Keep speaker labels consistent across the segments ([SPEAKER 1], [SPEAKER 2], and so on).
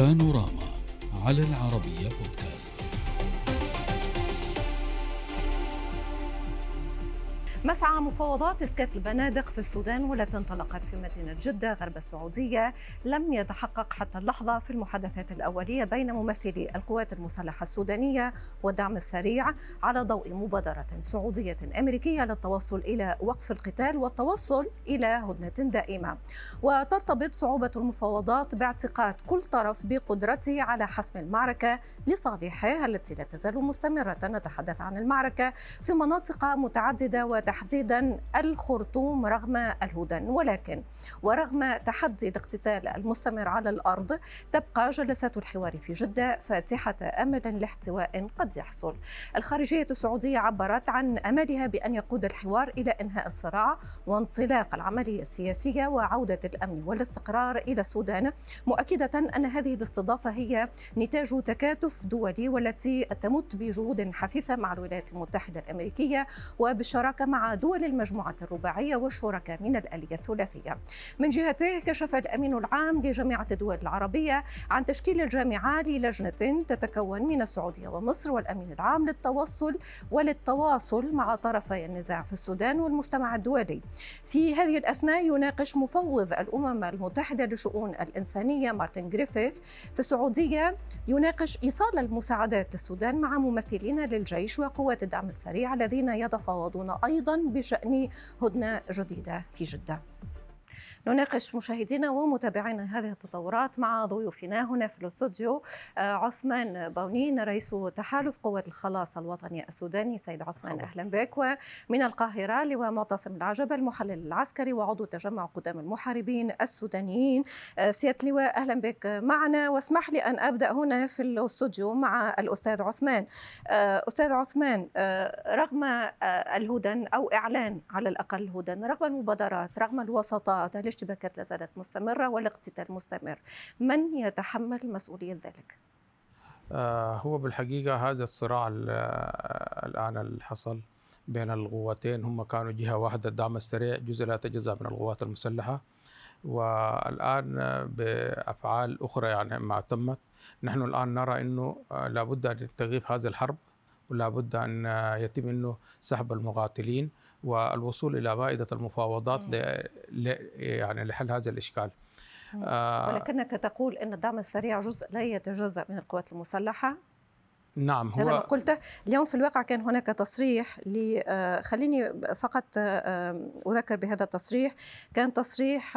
[SPEAKER 1] بانوراما على العربية بودكاست.
[SPEAKER 2] مسعى مفاوضات إسكات البنادق في السودان والتي انطلقت في مدينة جدة غرب السعودية لم يتحقق حتى اللحظة في المحادثات الأولية بين ممثلي القوات المسلحة السودانية والدعم السريع على ضوء مبادرة سعودية أمريكية للتوصل إلى وقف القتال والتوصل إلى هدنة دائمة. وترتبط صعوبة المفاوضات باعتقاد كل طرف بقدرته على حسم المعركة لصالحه التي لا تزال مستمرة. نتحدث عن المعركة في مناطق متعددة وتحديدا الخرطوم رغم الهدن، ولكن ورغم تحدي الاقتتال المستمر على الأرض تبقى جلسات الحوار في جدة فاتحة أمل لاحتواء قد يحصل. الخارجية السعودية عبرت عن أملها بأن يقود الحوار إلى إنهاء الصراع وانطلاق العملية السياسية وعودة الأمن والاستقرار إلى السودان، مؤكدة أن هذه الاستضافة هي نتاج تكاتف دولي والتي تمت بجهود حثيثة مع الولايات المتحدة الأمريكية وبالشراكة مع دول المجموعة الرباعية والشركاء من الآلية الثلاثية. من جهته كشف الأمين العام لجامعة الدول العربية عن تشكيل الجامعة للجنة تتكون من السعودية ومصر والأمين العام للتواصل مع طرفي النزاع في السودان والمجتمع الدولي. في هذه الأثناء يناقش مفوض الأمم المتحدة لشؤون الإنسانية مارتن جريفيث في السعودية يناقش إيصال المساعدات للسودان مع ممثلين للجيش وقوات الدعم السريع الذين يتفاوضون أيضاً بشأن هدنة جديدة في جدة. نناقش مشاهدينا ومتابعينا هذه التطورات مع ضيوفنا هنا في الاستوديو عثمان باونين رئيس تحالف قوات الخلاص الوطني السوداني. سيد عثمان أهلا بك. ومن القاهرة لواء معتصم العجب المحلل العسكري وعضو تجمع قدام المحاربين السودانيين. سيادة اللواء أهلا بك معنا، واسمح لي أن أبدأ هنا في الاستوديو مع الأستاذ عثمان. أستاذ عثمان، رغم الهدن أو إعلان على الأقل الهدن، رغم المبادرات، رغم الوساطات، الاشتباكات لا زالت مستمرة والاقتتال مستمر، من يتحمل مسؤولية ذلك؟
[SPEAKER 3] هو بالحقيقة هذا الصراع الآن اللي حصل بين القوتين، هم كانوا جهة واحدة، الدعم السريع جزء لا يتجزأ من القوات المسلحة، والآن بأفعال أخرى يعني ما تمت. نحن الآن نرى أنه لابد أن تغيب هذه الحرب، ولابد أن يتم أنه سحب المقاتلين والوصول إلى مائدة المفاوضات يعني لحل هذا الإشكال.
[SPEAKER 2] ولكنك تقول أن الدعم السريع جزء لا يتجزأ من القوات المسلحة.
[SPEAKER 3] نعم، هو
[SPEAKER 2] هذا ما قلته. اليوم في الواقع كان هناك تصريح خليني فقط أذكر بهذا التصريح. كان تصريح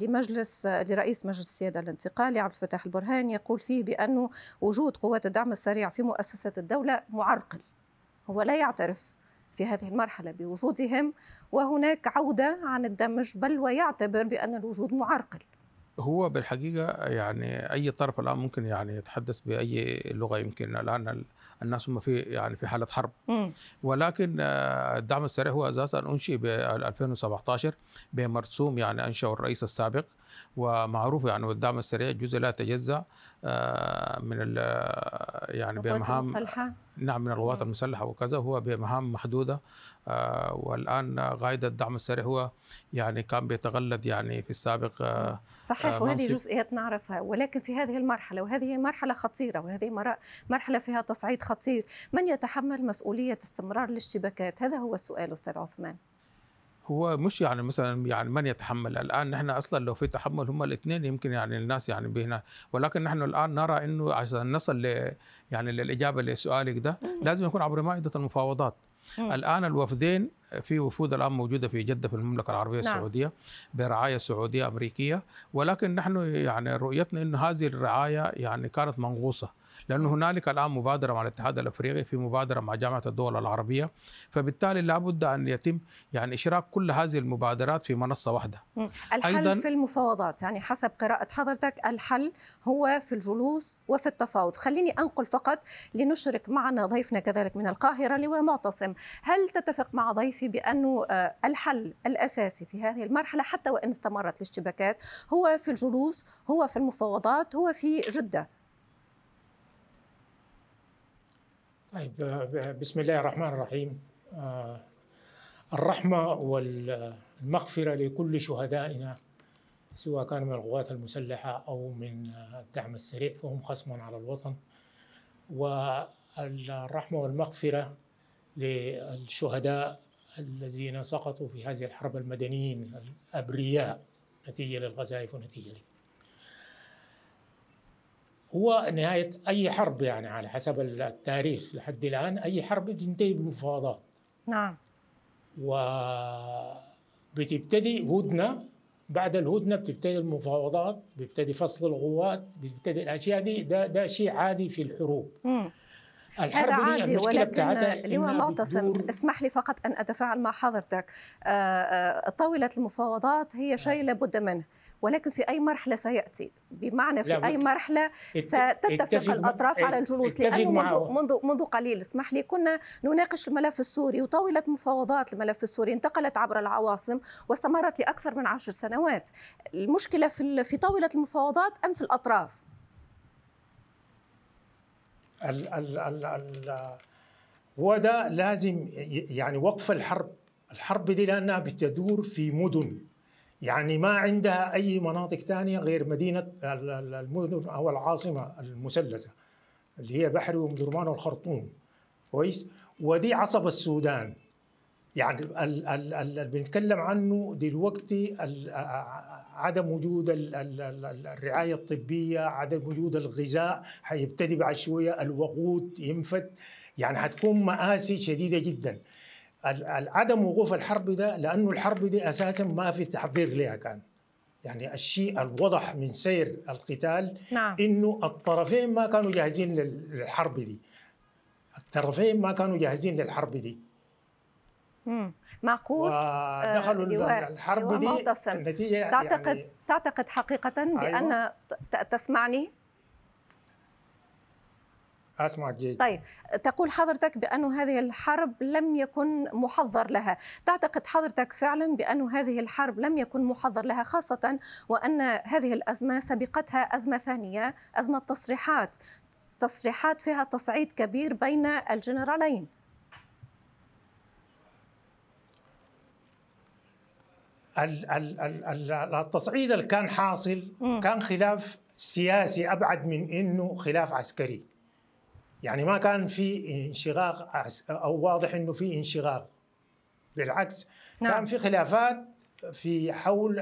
[SPEAKER 2] لرئيس مجلس السيادة الانتقالي عبد الفتاح البرهان يقول فيه بأنه وجود قوات الدعم السريع في مؤسسة الدولة معرقل، هو لا يعترف في هذه المرحلة بوجودهم وهناك عودة عن الدمج، بل ويعتبر بأن الوجود معرقل.
[SPEAKER 3] هو بالحقيقة يعني أي طرف الآن ممكن يعني يتحدث بأي لغة، يمكن الآن الناس هم في حالة حرب. ولكن الدعم السريع هو أساسا أنشئ ب 2017 بمرسوم يعني أنشأه الرئيس السابق، ومعروف يعني الدعم السريع جزء لا يتجزأ من يعني بمهام، نعم، من القوات المسلحة وكذا، هو بمهام محدودة. والآن قائد الدعم السريع هو يعني كان بيتغلد يعني في السابق.
[SPEAKER 2] صحيح، وهذه جزئيات نعرفها، ولكن في هذه المرحلة، وهذه مرحلة خطيرة، وهذه مرحلة فيها تصعيد خطير، من يتحمل مسؤولية استمرار الاشتباكات؟ هذا هو السؤال أستاذ عثمان.
[SPEAKER 3] هو مش يعني مثلا يعني من يتحمل الآن، نحن أصلا لو في تحمل هم الاثنين يمكن يعني الناس يعني بهنا، ولكن نحن الآن نرى إنه عشان نصل يعني للإجابة لسؤالك ده لازم يكون عبر مائدة المفاوضات. الآن الوفدين، في وفود الآن موجودة في جدة في المملكة العربية السعودية برعاية سعودية أمريكية، ولكن نحن يعني رؤيتنا إنه هذه الرعاية يعني كانت منغوصة، لأنه هنالك الآن مبادرة مع الاتحاد الأفريقي، في مبادرة مع جامعة الدول العربية، فبالتالي لابد أن يتم يعني إشراك كل هذه المبادرات في منصة واحدة.
[SPEAKER 2] الحل في المفاوضات، يعني حسب قراءة حضرتك الحل هو في الجلوس وفي التفاوض. خليني أنقل فقط لنشرك معنا ضيفنا كذلك من القاهرة لواء معتصم. هل تتفق مع ضيفي بأنه الحل الأساسي في هذه المرحلة حتى وإن استمرت الاشتباكات هو في الجلوس، هو في المفاوضات، هو في جدة؟
[SPEAKER 4] طيب، بسم الله الرحمن الرحيم. الرحمة والمغفرة لكل شهدائنا سواء كانوا من القوات المسلحة أو من الدعم السريع، فهم خصم على الوطن. والرحمة والمغفرة للشهداء الذين سقطوا في هذه الحرب، المدنيين الأبرياء نتيجة للقذائف ونتيجة هو نهاية أي حرب، يعني على حسب التاريخ لحد الآن أي حرب بتنتهي بمفاوضات.
[SPEAKER 2] نعم.
[SPEAKER 4] وبتبتدي هدنة، بعد الهدنة بتبتدي المفاوضات، بيبتدي فصل القوات، بتبتدي الأشياء دي. ده شيء عادي في الحروب.
[SPEAKER 2] هذا عادي، ولكن لواء معتصم
[SPEAKER 4] بتدور.
[SPEAKER 2] اسمح لي فقط أن أتفاعل مع حضرتك. طاولة المفاوضات هي شيء لابد منه، ولكن في أي مرحلة سيأتي؟ بمعنى في أي مرحلة ستتفق الأطراف على الجلوس؟ لأنه منذ قليل اسمح لي كنا نناقش الملف السوري، وطاولة مفاوضات الملف السوري انتقلت عبر العواصم واستمرت لأكثر من 10 سنوات. المشكلة في طاولة المفاوضات أم في الأطراف؟
[SPEAKER 4] هو ده لازم يعني وقف الحرب دي، لأنها بتدور في مدن، يعني ما عندها أي مناطق تانية غير مدينة المدن أو العاصمة المثلثة اللي هي بحري وأم درمان والخرطوم. كويس. ودي عصب السودان. يعني اللي بنتكلم عنه دلوقتي عدم وجود الرعاية الطبية، عدم وجود الغذاء، حيبتدي بعد شوية الوقود ينفد، يعني حتكون مآسي شديدة جدا. عدم وقوف الحرب ده، لأنه الحرب دي أساسا ما في تحضير لها كان. يعني الشيء الواضح من سير القتال
[SPEAKER 2] نعم.
[SPEAKER 4] إنه الطرفين ما كانوا جاهزين للحرب دي. الطرفين ما كانوا جاهزين للحرب دي.
[SPEAKER 2] معقول.
[SPEAKER 4] ودخلوا الحرب دي النتيجة.
[SPEAKER 2] تعتقد حقيقة بأن
[SPEAKER 4] أيوة.
[SPEAKER 2] تسمعني؟
[SPEAKER 4] أسمع جيد.
[SPEAKER 2] طيب، تقول حضرتك بأن هذه الحرب لم يكن محضر لها. تعتقد حضرتك فعلا بأن هذه الحرب لم يكن محضر لها، خاصة وأن هذه الأزمة سبقتها أزمة ثانية، أزمة تصريحات فيها تصعيد كبير بين الجنرالين؟
[SPEAKER 4] التصعيد اللي كان حاصل كان خلاف سياسي أبعد من إنه خلاف عسكري. يعني ما كان في انشقاق أو واضح إنه في انشقاق، بالعكس.
[SPEAKER 2] نعم.
[SPEAKER 4] كان في خلافات في حول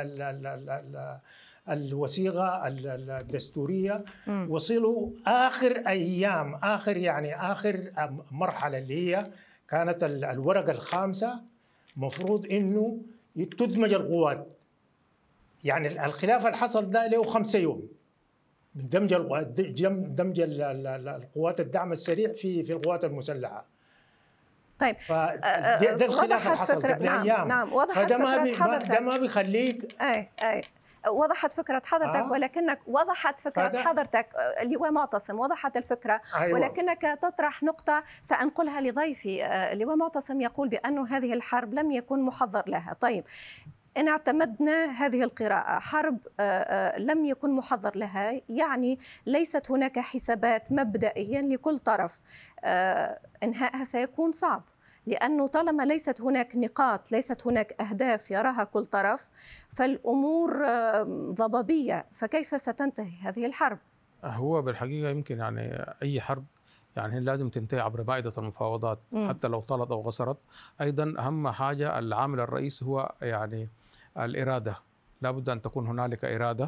[SPEAKER 4] الوثيقة الدستورية. وصلوا آخر أيام، آخر مرحلة اللي هي كانت الورقة الخامسة، مفروض إنه تدمج القوات. يعني الخلاف اللي حصل ده له 5 يوم من دمج القوات الدعم السريع في القوات المسلحة.
[SPEAKER 2] طيب،
[SPEAKER 4] ده الخلاف اللي حصل قبل أيام.
[SPEAKER 2] نعم، وضحت فكرة حضرتك.
[SPEAKER 4] ده ما بيخليك
[SPEAKER 2] وضحت فكرة حضرتك. ولكنك وضحت فكرة حضرتك اللواء معتصم، وضحت الفكرة.
[SPEAKER 4] أيوة.
[SPEAKER 2] ولكنك تطرح نقطة سأنقلها لضيفي. اللواء معتصم يقول بأن هذه الحرب لم يكن محضر لها. طيب، إن اعتمدنا هذه القراءة، حرب لم يكن محضر لها، يعني ليست هناك حسابات مبدئيا لكل طرف. إنهائها سيكون صعب، لأنه طالما ليست هناك نقاط، ليست هناك أهداف يراها كل طرف، فالأمور ضبابية. فكيف ستنتهي هذه الحرب؟
[SPEAKER 3] هو بالحقيقة يمكن يعني أي حرب يعني لازم تنتهي عبر مائدة المفاوضات حتى لو طالت أو قصرت. أيضا أهم حاجة العامل الرئيسي هو يعني الإرادة. لابد أن تكون هنالك إرادة،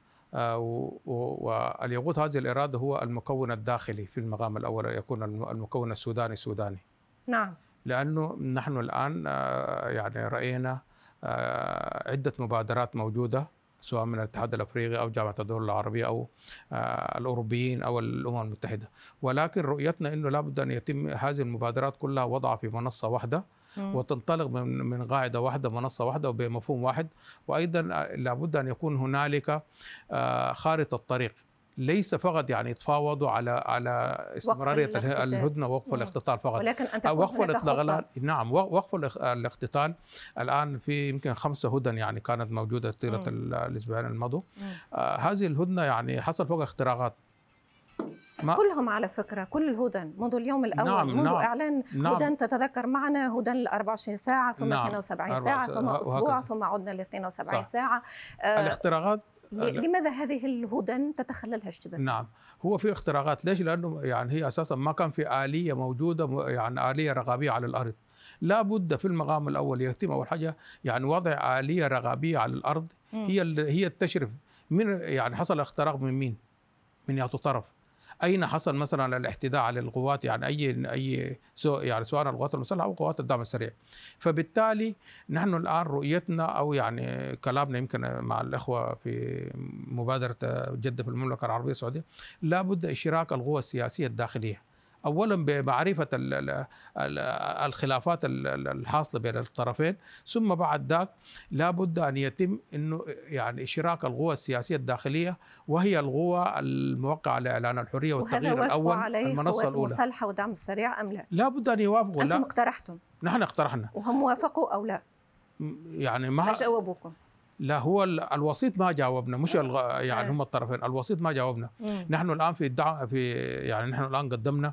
[SPEAKER 3] واليقود هذه الإرادة هو المكون الداخلي في المقام الأول، يكون المكون السوداني.
[SPEAKER 2] نعم.
[SPEAKER 3] لأنه نحن الآن يعني رأينا عدة مبادرات موجودة، سواء من الاتحاد الأفريقي أو جامعة الدول العربية أو الأوروبيين أو الأمم المتحدة، ولكن رؤيتنا أنه لابد أن يتم هذه المبادرات كلها وضعها في منصة واحدة وتنطلق من قاعدة واحدة، منصة واحدة وبمفهوم واحد. وأيضا لابد أن يكون هنالك خارطة طريق، ليس فقط يعني يتفاوضوا على استمرارية الهدنة ووقف الاقتتال فقط،
[SPEAKER 2] ولكن أن تكون
[SPEAKER 3] وقف
[SPEAKER 2] الإغلاق.
[SPEAKER 3] نعم، وقف الاقتتال. الآن في يمكن 5 هدن يعني كانت موجودة طيلة الأسبوعين الماضوا. هذه الهدنة يعني حصل فوق اختراقات،
[SPEAKER 2] كلهم على فكرة، كل الهدن منذ اليوم الأول، منذ إعلان هدن. تتذكر معنا هدن ل 24 ساعة ثم 72 ساعة ثم أسبوع ثم عدنا ل 72 ساعة.
[SPEAKER 3] الاختراقات
[SPEAKER 2] لماذا هذه الهدن تتخللها اشتباك؟
[SPEAKER 3] نعم، هو في اختراقات. ليش؟ لأنه يعني هي أساسا ما كان في آلية موجودة، يعني آلية رقابية على الأرض. لا بد في المقام الأول يتم أول حاجة يعني وضع آلية رقابية على الأرض هي التشرف. من يعني حصل اختراق من مين؟ من أي طرف؟ أين حصل مثلا الاعتداء على القوات، يعني أي يعني سواء القوات المسلحة أو قوات الدعم السريع. فبالتالي نحن الآن رؤيتنا أو يعني كلامنا يمكن مع الأخوة في مبادرة جدة في المملكة العربية السعودية، لا بد إشراك القوى السياسية الداخلية أولا بمعرفة الخلافات الحاصلة بين الطرفين، ثم بعد ذاك لا بد أن يتم إنه يعني إشراك القوى السياسية الداخلية، وهي القوى الموقعة على إعلان الحرية والتغيير الأول،
[SPEAKER 2] المنصة الأولى. المسلحة والدعم السريع أم لا؟
[SPEAKER 3] لا بد أن يوافقوا.
[SPEAKER 2] أنتم اقترحتم؟
[SPEAKER 3] نحن اقترحنا.
[SPEAKER 2] وهم وافقوا أو لا؟
[SPEAKER 3] يعني ما
[SPEAKER 2] جاوبوكم؟
[SPEAKER 3] لا، هو الوسيط ما جاوبنا، مش يعني هم الطرفين، الوسيط ما جاوبنا. نحن الان في الدعم يعني نحن الان قدمنا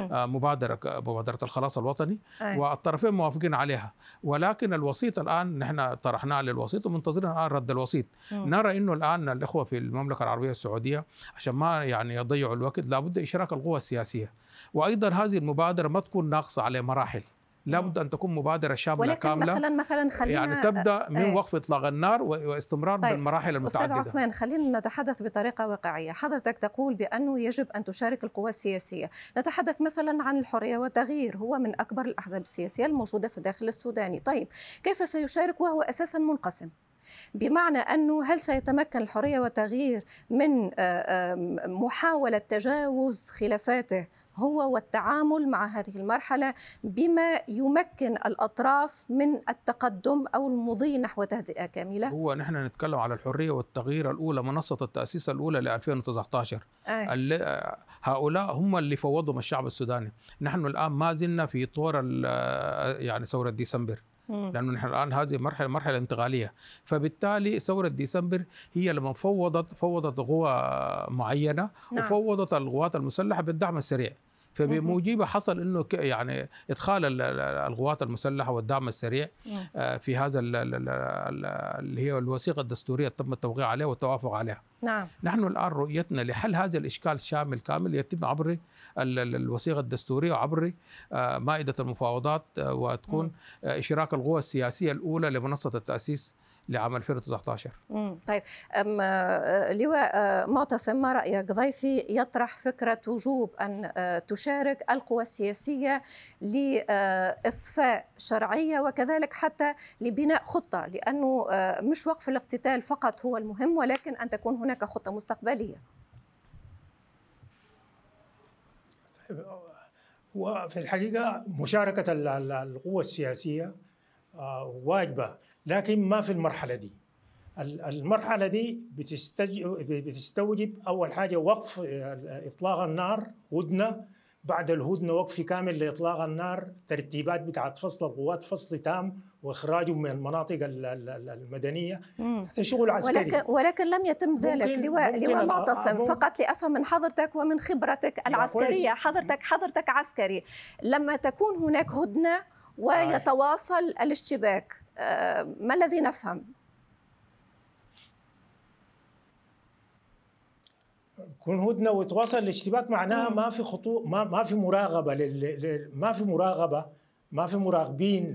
[SPEAKER 3] مبادرة الخلاص الوطني، والطرفين موافقين عليها، ولكن الوسيط الان نحن طرحناه للوسيط ومنتظرين الان رد الوسيط. نرى انه الان الاخوة في المملكة العربية السعودية عشان ما يعني يضيعوا الوقت لابد اشراك القوى السياسية، وايضا هذه المبادرة ما تكون ناقصة على مراحل، لابد أن تكون مبادرة شاملة كاملة.
[SPEAKER 2] ولكن مثلا خلينا
[SPEAKER 3] يعني تبدأ من وقف إطلاق النار واستمرار بالمراحل المتعددة.
[SPEAKER 2] أستاذ عثمان، خلينا نتحدث بطريقة واقعية. حضرتك تقول بأنه يجب أن تشارك القوى السياسية. نتحدث مثلا عن الحرية والتغيير، هو من أكبر الأحزاب السياسية الموجودة في الداخل السوداني. طيب كيف سيشارك وهو أساسا منقسم؟ بمعنى أنه هل سيتمكن الحرية والتغيير من محاولة تجاوز خلافاته هو والتعامل مع هذه المرحلة بما يمكن الأطراف من التقدم أو المضي نحو تهدئة كاملة؟
[SPEAKER 3] هو نحن نتكلم على الحرية والتغيير الأولى، منصة التأسيس الأولى ل 2019. هؤلاء هم اللي فوضهم الشعب السوداني. نحن الآن ما زلنا في طور يعني ثورة ديسمبر، لأنه نحن الآن هذه مرحلة انتقالية. فبالتالي ثورة ديسمبر هي لما فوضت قوى معينة، وفوضت القوات المسلحة بالدعم السريع. فبموجبه حصل انه يعني ادخال القوات المسلحه والدعم السريع في هذا اللي هي الوثيقه الدستوريه تم التوقيع عليها والتوافق عليها.
[SPEAKER 2] نعم.
[SPEAKER 3] نحن الان رؤيتنا لحل هذا الاشكال الشامل كامل يتم عبر الوثيقه الدستوريه وعبر مائده المفاوضات، وتكون اشراك القوى السياسيه الاولى لمنصه التاسيس لعام 2019.
[SPEAKER 2] طيب لواء معتصم، ما رأيك؟ ضيفي يطرح فكرة وجوب أن تشارك القوى السياسية لإضفاء شرعية وكذلك حتى لبناء خطة، لأنه مش وقف الاقتتال فقط هو المهم، ولكن أن تكون هناك خطة مستقبلية.
[SPEAKER 4] وفي الحقيقة مشاركة القوى السياسية واجبة، لكن ما في المرحلة دي. المرحلة دي بتستوجب أول حاجة وقف إطلاق النار، هدنة، بعد الهدنة وقف كامل لإطلاق النار، ترتيبات بتاعت فصل القوات فصل تام وإخراجهم من المناطق المدنية. هذا شغل عسكري،
[SPEAKER 2] ولكن لم يتم ذلك. لواء معتصم، فقط لأفهم من حضرتك ومن خبرتك العسكرية، حضرتك عسكري، لما تكون هناك هدنة ويتواصل الاشتباك، ما الذي نفهم؟
[SPEAKER 4] يكون هدنة ويتواصل الاشتباك معناها ما في خطوط، ما في مراقبة، ما في مراقبين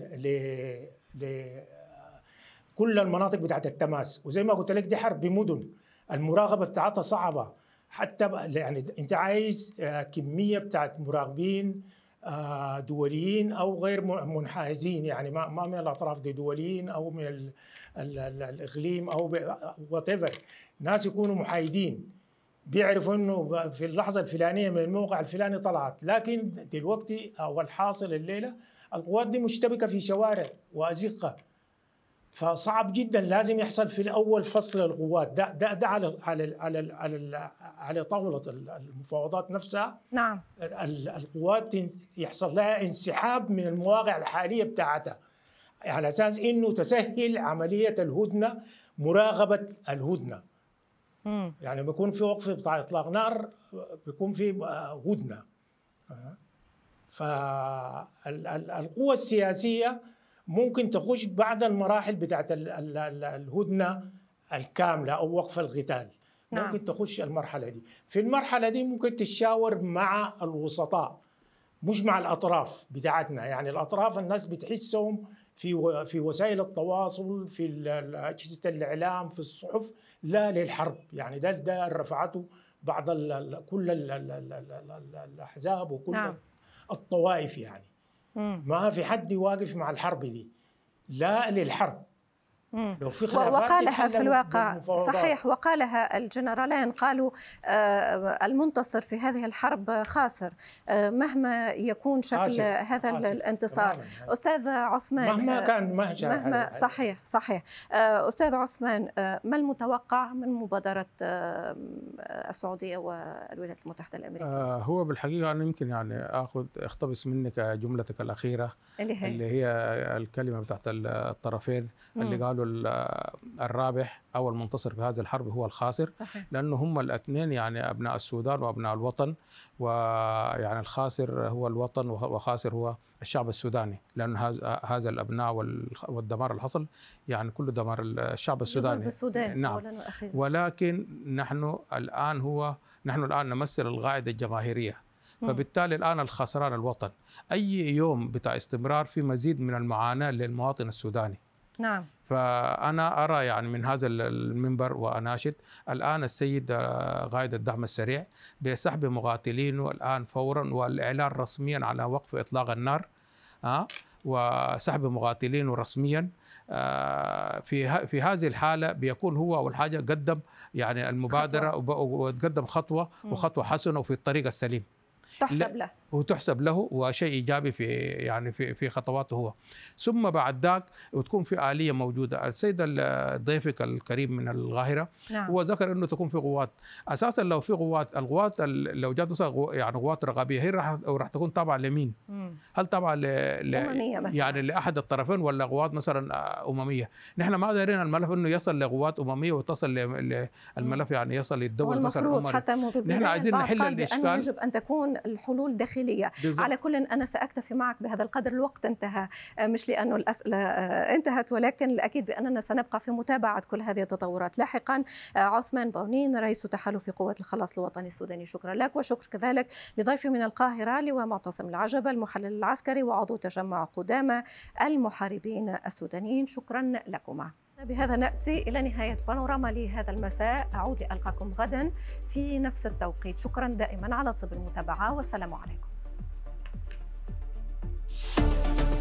[SPEAKER 4] لكل المناطق بتاعت التماس. وزي ما قلت لك دي حرب بمدن، المراقبة بتاعتها صعبة، حتى يعني انت عايز كمية بتاعت مراقبين دوليين او غير منحازين، يعني ما من الاطراف دي، دوليين او من الاقليم او وات ايفر، ناس يكونوا محايدين بيعرفوا انه في اللحظه الفلانيه من الموقع الفلاني طلعت. لكن دلوقتي او الحاصل الليله القوات دي مشتبكه في شوارع وازقه، فصعب جدا. لازم يحصل في الاول فصل القوات ده على طاوله المفاوضات نفسها.
[SPEAKER 2] نعم.
[SPEAKER 4] القوات يحصل لها انسحاب من المواقع الحاليه بتاعتها على اساس انه تسهل عمليه الهدنه، مراقبه الهدنه. يعني بيكون في وقف بتاع إطلاق نار، بيكون في هدنة. فالقوة السياسية ممكن تخش بعد المراحل بتاعت الهدنة الكاملة أو وقف القتال. ممكن تخش المرحلة دي. في المرحلة دي ممكن تتشاور مع الوسطاء، مش مع الأطراف بتاعتنا. يعني الأطراف الناس بتحسهم في وسائل التواصل، في أجهزة الإعلام، في الصحف، لا للحرب. يعني ده رفعته بعض كل الأحزاب وكل الطوائف. يعني ما في حد واقف مع الحرب دي، لا للحرب.
[SPEAKER 2] لو في وقالها في الواقع صحيح، وقالها الجنرالين، قالوا المنتصر في هذه الحرب خاسر مهما يكون شكل هذا الانتصار. أستاذ عثمان،
[SPEAKER 4] مهما كان
[SPEAKER 2] صحيح أستاذ عثمان، ما المتوقع من مبادرة السعودية والولايات المتحدة الأمريكية؟
[SPEAKER 3] هو بالحقيقة أنا يمكن يعني أقتبس منك جملتك الأخيرة اللي هي الكلمة بتاعت الطرفين اللي قالوا الرابح أو المنتصر في هذه الحرب هو الخاسر.
[SPEAKER 2] صحيح.
[SPEAKER 3] لأنه هم الاثنين يعني أبناء السودان وأبناء الوطن، ويعني الخاسر هو الوطن وخاسر هو الشعب السوداني، لأن هذا الأبناء والدمار اللي حصل يعني كل دمار الشعب السوداني.
[SPEAKER 2] نعم.
[SPEAKER 3] ولكن نحن الآن نمثل القاعدة الجماهيرية، فبالتالي الآن الخسران الوطن. أي يوم بتاع استمرار في مزيد من المعاناة للمواطن السوداني.
[SPEAKER 2] نعم.
[SPEAKER 3] فأنا أرى يعني من هذا المنبر وأناشد الآن السيد قائد الدعم السريع بسحب مقاتلينه الآن فورا، والإعلان رسميا على وقف إطلاق النار وسحب مقاتلينه رسميا. في هذه الحالة بيكون هو أول حاجة قدم يعني المبادرة وتقدم خطوة حسنة وفي الطريق السليم تحسب له وشيء ايجابي في خطواته هو. ثم بعد ذاك وتكون في آلية موجوده. السيد ضيفك الكريم من القاهره هو ذكر انه تكون في قوات. اساسا لو في القوات لو جات مثلا يعني قوات رقابيه، هي راح تكون تابعه لمين؟ هل تابعه يعني لاحد الطرفين ولا قوات مثلا امميه؟ نحن ما دارين الملف انه يصل لقوات امميه وتصل للملف يعني يصل للدول
[SPEAKER 2] مثلا حتى
[SPEAKER 3] نحن عايزين نحل الاشكال.
[SPEAKER 2] يجب ان تكون الحلول داخلية. على كل أنا سأكتفي معك بهذا القدر، الوقت انتهى، مش لأنه الأسئلة انتهت، ولكن الأكيد بأننا سنبقى في متابعة كل هذه التطورات لاحقا. عثمان باونين رئيس تحالف قوات الخلاص الوطني السوداني، شكرا لك. وشكر كذلك لضيفي من القاهرة لواء معتصم العجبة المحلل العسكري وعضو تجمع قدامى المحاربين السودانيين، شكرا لكما. بهذا نأتي إلى نهاية بانوراما لهذا المساء. أعود لألقاكم غدا في نفس التوقيت. شكرا دائما على طيب المتابعة والسلام عليكم.